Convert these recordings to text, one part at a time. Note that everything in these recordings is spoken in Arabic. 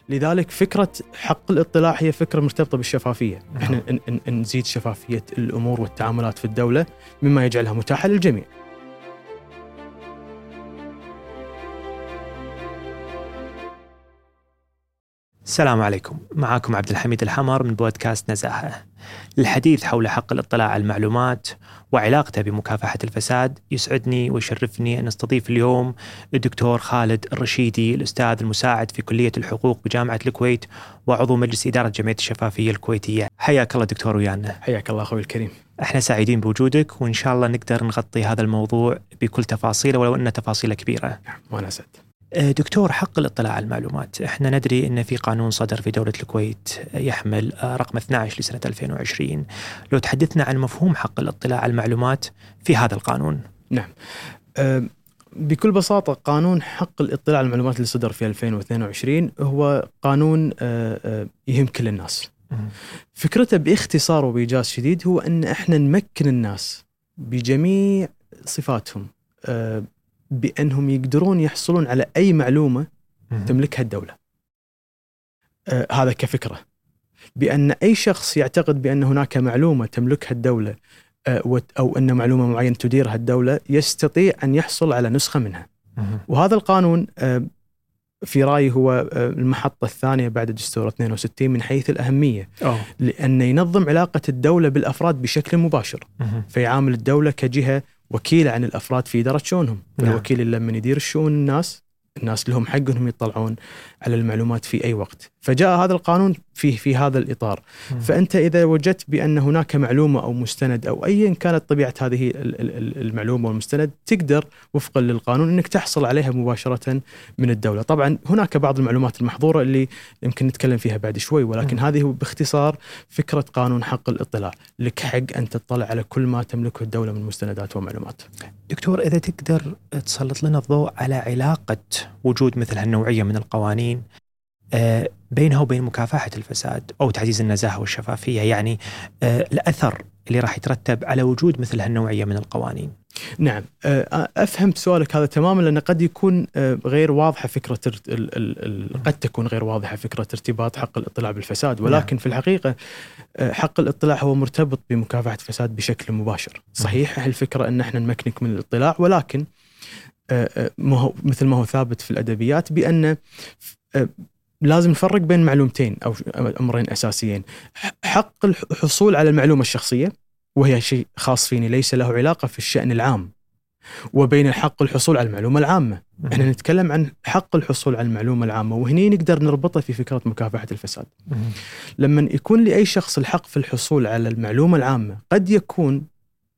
لذلك فكرة حق الاطلاع هي فكرة مرتبطة بالشفافية. احنا نزيد شفافية الأمور والتعاملات في الدولة مما يجعلها متاحة للجميع. السلام عليكم، معكم عبد الحميد الحمر من بودكاست نزاهة. للحديث حول حق الاطلاع على المعلومات وعلاقته بمكافحة الفساد، يسعدني ويشرفني أن نستضيف اليوم الدكتور خالد الرشيدي، الأستاذ المساعد في كلية الحقوق بجامعة الكويت وعضو مجلس إدارة جمعية الشفافية الكويتية. حياك الله دكتور ويانا. حياك الله أخوي الكريم. احنا سعيدين بوجودك، وإن شاء الله نقدر نغطي هذا الموضوع بكل تفاصيله ولو أنه تفاصيله كبيرة. وأنا أسعد. دكتور، حق الاطلاع على المعلومات، احنا ندري ان في قانون صدر في دولة الكويت يحمل رقم 12 لسنة 2020. لو تحدثنا عن مفهوم حق الاطلاع على المعلومات في هذا القانون. نعم، بكل بساطة قانون حق الاطلاع على المعلومات اللي صدر في 2022 هو قانون يهم كل الناس. فكرته باختصار وبإيجاز شديد هو أن احنا نمكن الناس بجميع صفاتهم بأنهم يقدرون يحصلون على أي معلومة تملكها الدولة. هذا كفكرة، بأن أي شخص يعتقد بأن هناك معلومة تملكها الدولة أو أن معلومة معينة تديرها الدولة يستطيع أن يحصل على نسخة منها. وهذا القانون في رأيي هو المحطة الثانية بعد دستور 62 من حيث الأهمية، لأن ينظم علاقة الدولة بالأفراد بشكل مباشر. فيعامل الدولة كجهة وكيل عن الأفراد في إدارة شؤونهم. الوكيل اللي لما يدير الشؤون الناس لهم حق أنهم يطلعون على المعلومات في أي وقت. فجاء هذا القانون في هذا الإطار. فأنت إذا وجدت بأن هناك معلومة أو مستند أو أيا كانت طبيعة هذه المعلومة والمستند، تقدر وفقا للقانون أنك تحصل عليها مباشرة من الدولة. طبعا هناك بعض المعلومات المحظورة اللي يمكن نتكلم فيها بعد شوي، ولكن هذه باختصار فكرة قانون حق الاطلاع. لك حق أن تطلع على كل ما تملكه الدولة من مستندات ومعلومات. دكتور، إذا تقدر تسلط لنا الضوء على علاقة وجود مثل هالنوعية من القوانين بينها وبين مكافحة الفساد أو تعزيز النزاهة والشفافية، يعني الأثر اللي راح يترتب على وجود مثل هالنوعية من القوانين. نعم، أفهم سؤالك هذا تماما، لأن قد يكون غير واضحة فكرة قد تكون غير واضحة فكرة ارتباط حق الاطلاع بالفساد، ولكن في الحقيقة حق الاطلاع هو مرتبط بمكافحة الفساد بشكل مباشر. صحيح الفكرة أن احنا نمكنك من الاطلاع، ولكن مثل ما هو ثابت في الأدبيات بأن لازم نفرق بين معلومتين أو أمرين أساسيين: حق الحصول على المعلومة الشخصية، وهي شيء خاص فيني ليس له علاقة في الشأن العام، وبين حق الحصول على المعلومة العامة. احنا نتكلم عن حق الحصول على المعلومة العامة، وهني نقدر نربطه في فكرة مكافحة الفساد. لما يكون لأي شخص الحق في الحصول على المعلومة العامة، قد يكون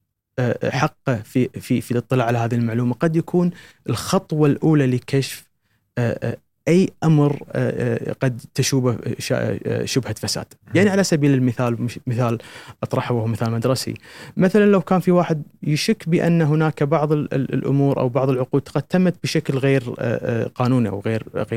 حقه في الاطلاع على هذه المعلومة قد يكون الخطوة الأولى لكشف أي أمر قد تشوبه شبهة فساد. يعني على سبيل المثال، مثال أطرحه وهو مثال مدرسي. مثلا لو كان في واحد يشك بأن هناك بعض الأمور أو بعض العقود قد تمت بشكل غير قانوني أو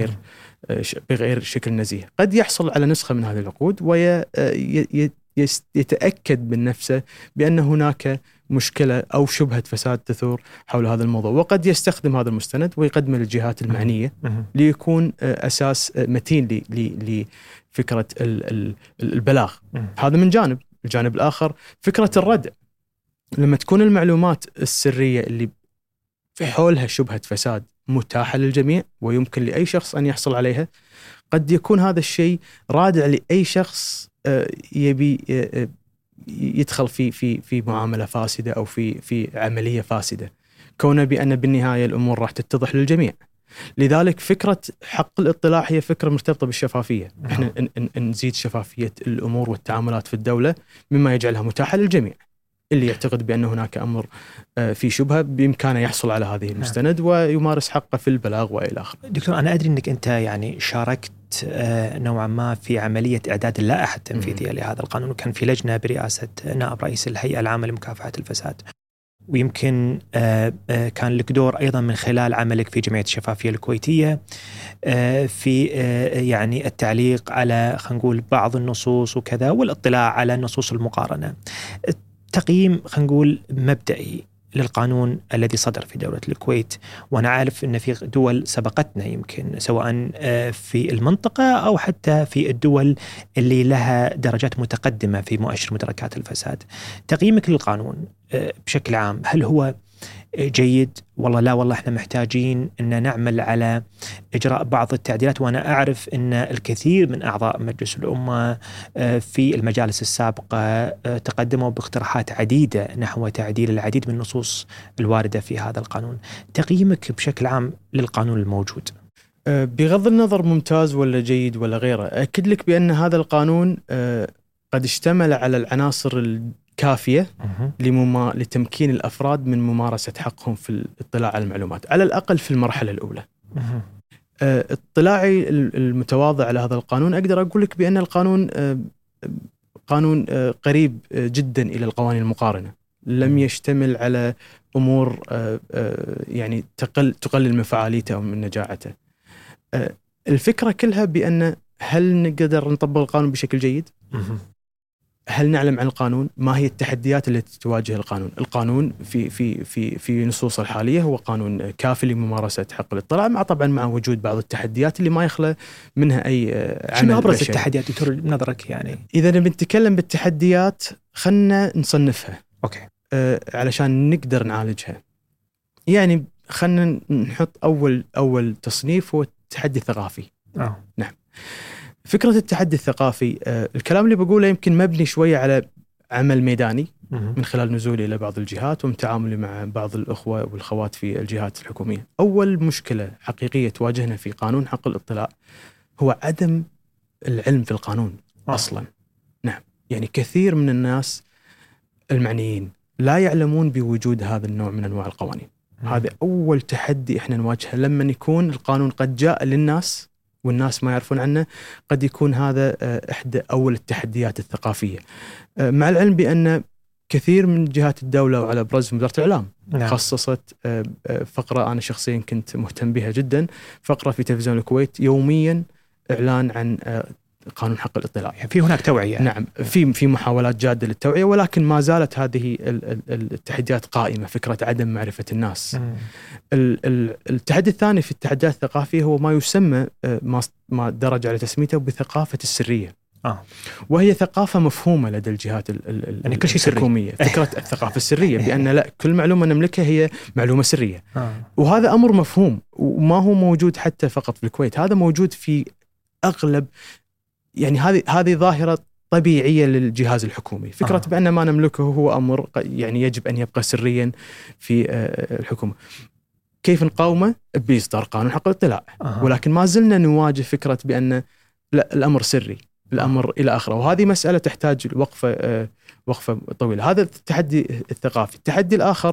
بغير شكل نزيه، قد يحصل على نسخة من هذه العقود ويتأكد من نفسه بأن هناك مشكلة أو شبهة فساد تثور حول هذا الموضوع، وقد يستخدم هذا المستند ويقدمه للجهات المعنية ليكون أساس متين لفكرة البلاغ. هذا من جانب. الجانب الآخر فكرة الردع. لما تكون المعلومات السرية اللي في حولها شبهة فساد متاحة للجميع ويمكن لأي شخص أن يحصل عليها، قد يكون هذا الشيء رادع لأي شخص يبي يدخل في معاملة فاسدة أو في عملية فاسدة، كونه بأن بالنهاية الأمور راح تتضح للجميع. لذلك فكرة حق الاطلاع هي فكرة مرتبطة بالشفافية. احنا نزيد شفافية الأمور والتعاملات في الدولة مما يجعلها متاحة للجميع. اللي يعتقد بأن هناك أمر في شبهة بإمكانه يحصل على هذه المستند ويمارس حقه في البلاغ وإلى آخره. دكتور، أنا أدري أنك أنت يعني شاركت نوعا ما في عملية إعداد اللائحة التنفيذية لهذا القانون، وكان في لجنة برئاسة نائب رئيس الهيئة العامة لمكافحة الفساد، ويمكن كان لك دور أيضا من خلال عملك في جمعية الشفافية الكويتية في يعني التعليق على خلينا نقول بعض النصوص وكذا، والاطلاع على النصوص المقارنة. تقييم خلينا نقول مبدئي للقانون الذي صدر في دولة الكويت؟ وأنا عارف أن في دول سبقتنا يمكن سواء في المنطقة أو حتى في الدول اللي لها درجات متقدمة في مؤشر مدركات الفساد. تقييمك للقانون بشكل عام، هل هو جيد والله لا والله احنا محتاجين ان نعمل على اجراء بعض التعديلات؟ وانا اعرف ان الكثير من اعضاء مجلس الامه في المجالس السابقه تقدموا باقتراحات عديده نحو تعديل العديد من النصوص الوارده في هذا القانون. تقييمك بشكل عام للقانون الموجود؟ بغض النظر ممتاز ولا جيد ولا غيره، اكد لك بان هذا القانون قد اشتمل على العناصر الكافيه لتمكين الافراد من ممارسه حقهم في الاطلاع على المعلومات، على الاقل في المرحله الاولى. اطلاعي المتواضع على هذا القانون اقدر اقول لك بان القانون قانون قريب جدا الى القوانين المقارنه، لم يشتمل على امور يعني تقلل من فعاليته او من نجاعته. الفكره كلها بان هل نقدر نطبق القانون بشكل جيد؟ هل نعلم عن القانون؟ ما هي التحديات التي تواجه القانون؟ القانون في نصوص الحاليه هو قانون كافي لممارسه حق الاطلاع، مع وجود بعض التحديات اللي ما يخلى منها اي عمل. شنو ابرز التحديات دكتور بنظرك يعني؟ اذا بنتكلم بالتحديات خلنا نصنفها اوكي علشان نقدر نعالجها. يعني خلنا نحط اول تصنيف هو التحدي الثقافي. نعم، فكرة التحدي الثقافي الكلام اللي بقوله يمكن مبني شوية على عمل ميداني من خلال نزولي إلى بعض الجهات ومتعاملي مع بعض الأخوة والخوات في الجهات الحكومية. أول مشكلة حقيقية تواجهنا في قانون حق الاطلاع هو عدم العلم في القانون أصلا. نعم، يعني كثير من الناس المعنيين لا يعلمون بوجود هذا النوع من أنواع القوانين. هذا أول تحدي إحنا نواجهه لما يكون القانون قد جاء للناس والناس ما يعرفون عنه. قد يكون هذا إحدى أول التحديات الثقافية، مع العلم بأن كثير من جهات الدولة وعلى أبرزهم وزارة الإعلام خصصت فقرة أنا شخصيا كنت مهتم بها جدا، فقرة في تلفزيون الكويت يوميا إعلان عن قانون حق الاطلاع. يعني في هناك توعية. نعم، في محاولات جادة للتوعية، ولكن ما زالت هذه التحديات قائمة، فكرة عدم معرفة الناس. التحدي الثاني في التحديات الثقافية هو ما يسمى ما درج على تسميته بثقافة السرية. وهي ثقافة مفهومة لدى الجهات يعني كل شيء الحكومية. فكرة الثقافة السرية بأن لا، كل معلومة نملكها هي معلومة سرية. وهذا أمر مفهوم وما هو موجود حتى فقط في الكويت، هذا موجود في أغلب، يعني هذه ظاهرة طبيعية للجهاز الحكومي. فكرة بأن ما نملكه هو أمر يعني يجب أن يبقى سريا في الحكومة. كيف نقاومه؟ بإصدار قانون حق الاطلاع. ولكن ما زلنا نواجه فكرة بأن لا، الأمر سري، الأمر إلى آخره، وهذه مسألة تحتاج وقفة طويلة. هذا التحدي الثقافي. التحدي الآخر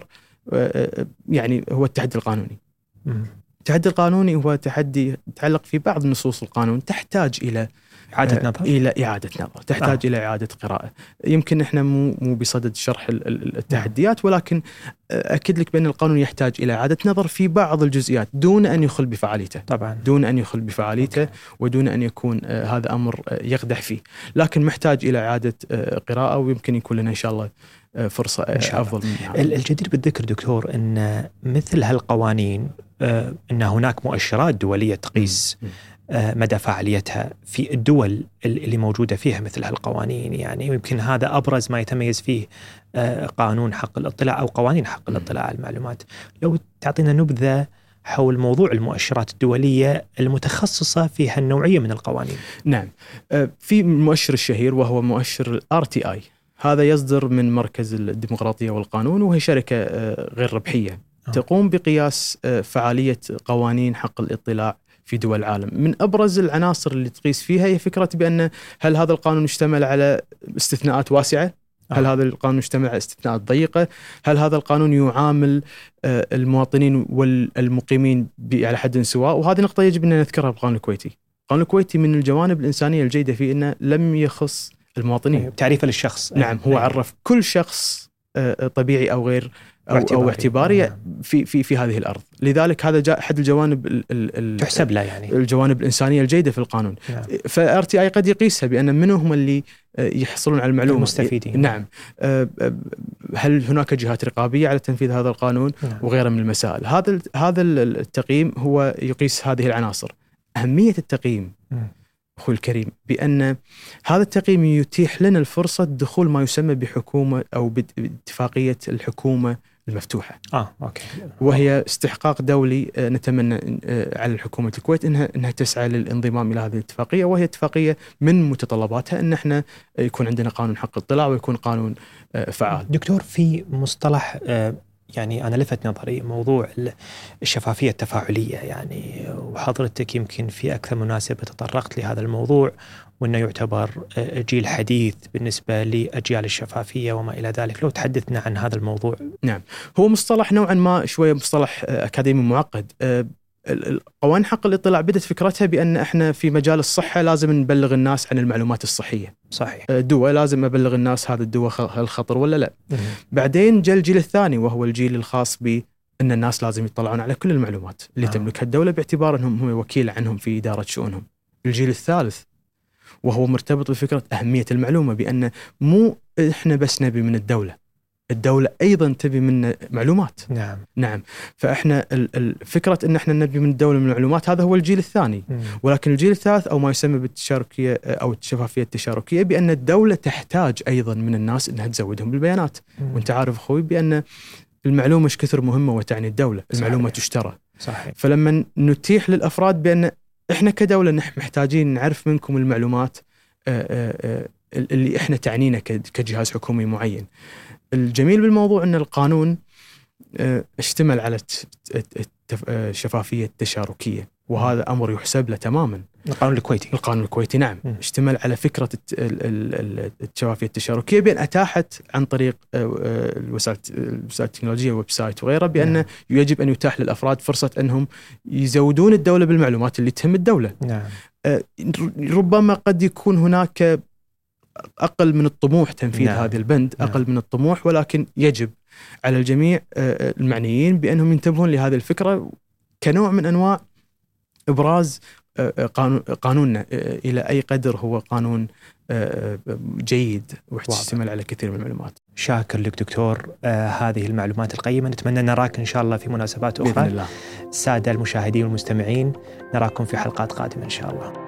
يعني هو التحدي القانوني. التحدي القانوني هو تحدي يتعلق في بعض نصوص القانون تحتاج إلى إعادة نظر، تحتاج إلى إعادة قراءة. يمكن إحنا مو بصدد شرح التحديات، ولكن أكد لك بأن القانون يحتاج إلى إعادة نظر في بعض الجزئيات دون أن يخل بفعاليته. طبعا دون أن يخل بفعاليته ودون أن يكون هذا أمر يقدح فيه، لكن محتاج إلى إعادة قراءة، ويمكن يكون لنا إن شاء الله فرصة أفضل منها. الجدير بالذكر دكتور أن مثل هالقوانين أن هناك مؤشرات دولية تقيس مدى فعاليتها في الدول اللي موجودة فيها مثل هالقوانين. يعني يمكن هذا أبرز ما يتميز فيه قانون حق الاطلاع أو قوانين حق الاطلاع على المعلومات. لو تعطينا نبذة حول موضوع المؤشرات الدولية المتخصصة في هالنوعية من القوانين. نعم، في المؤشر الشهير وهو مؤشر RTI، هذا يصدر من مركز الديمقراطية والقانون، وهي شركة غير ربحية تقوم بقياس فعالية قوانين حق الاطلاع في دول العالم. من أبرز العناصر اللي تقيس فيها هي فكرة بأن هل هذا القانون يشتمل على استثناءات واسعة؟ هل هذا القانون يشتمل على استثناءات ضيقة؟ هل هذا القانون يعامل المواطنين والمقيمين على حد سواء؟ وهذه نقطة يجب أن نذكرها بالقانون الكويتي. القانون الكويتي من الجوانب الإنسانية الجيدة فيه أنه لم يخص المواطنين. تعريفه للشخص. نعم، هو عرف كل شخص طبيعي أو غير أو اعتبارية في هذه الأرض. لذلك هذا أحد الجوانب تحسب له يعني الجوانب الإنسانية الجيدة في القانون. فRTI قد يقيسها بأن من هم اللي يحصلون على المعلومة، المستفيدين. نعم. هل هناك جهات رقابية على تنفيذ هذا القانون وغيرها من المسائل. هذا التقييم هو يقيس هذه العناصر. أهمية التقييم أخوي الكريم بأن هذا التقييم يتيح لنا الفرصة دخول ما يسمى بحكومة أو باتفاقية الحكومة المفتوحة. أوكي. وهي استحقاق دولي نتمنى على حكومة الكويت إنها تسعى للانضمام إلى هذه الاتفاقية، وهي اتفاقية من متطلباتها إن احنا يكون عندنا قانون حق اطلاع ويكون قانون فعال. دكتور، في مصطلح يعني أنا لفت نظري موضوع الشفافية التفاعلية، يعني وحضرتك يمكن في أكثر مناسبة تطرقت لهذا الموضوع، وأنه يعتبر جيل حديث بالنسبة لأجيال الشفافية وما إلى ذلك. لو تحدثنا عن هذا الموضوع. نعم، هو مصطلح نوعا ما شوية مصطلح أكاديمي معقد. قوانين حق الاطلاع بدت فكرتها بأن احنا في مجال الصحة لازم نبلغ الناس عن المعلومات الصحية. صحيح. دواء لازم أبلغ الناس هذا الدواء هل خطر ولا لا. بعدين جاء الجيل الثاني وهو الجيل الخاص بأن الناس لازم يطلعون على كل المعلومات اللي تملكها الدولة باعتبار أنهم هم وكيل عنهم في إدارة شؤونهم. الجيل الثالث وهو مرتبط بفكرة أهمية المعلومة، بأن مو إحنا بس نبي من الدولة أيضا تبي منا معلومات. نعم. فإحنا الفكرة أن إحنا نبي من الدولة من المعلومات، هذا هو الجيل الثاني. ولكن الجيل الثالث أو ما يسمى بالتشاركية أو الشفافية التشاركية، بأن الدولة تحتاج أيضا من الناس أنها تزودهم بالبيانات. وأنت عارف أخوي بأن المعلومة مش كثر مهمة وتعني الدولة. المعلومة تشترى. صحيح. فلما نتيح للأفراد بأن إحنا كدولة محتاجين نعرف منكم المعلومات اللي إحنا تعنينا كجهاز حكومي معين. الجميل بالموضوع أن القانون اشتمل على الشفافية التشاركية، وهذا أمر يحسب له تماما. القانون الكويتي نعم اشتمل على فكرة الشفافية التشاركية، بأن أتاحت عن طريق الوسائل التكنولوجية ويب سايت وغيرها، بأن يجب أن يتاح للأفراد فرصة أنهم يزودون الدولة بالمعلومات اللي تهم الدولة. ربما قد يكون هناك أقل من الطموح تنفيذ هذه البند، أقل من الطموح، ولكن يجب على الجميع المعنيين بأنهم ينتبهون لهذه الفكرة كنوع من أنواع إبراز قانوننا إلى أي قدر هو قانون جيد ويشتمل على كثير من المعلومات. شاكر لك دكتور هذه المعلومات القيمة. نتمنى نراك إن شاء الله في مناسبات أخرى. بإذن الله. السادة المشاهدين والمستمعين، نراكم في حلقات قادمة إن شاء الله.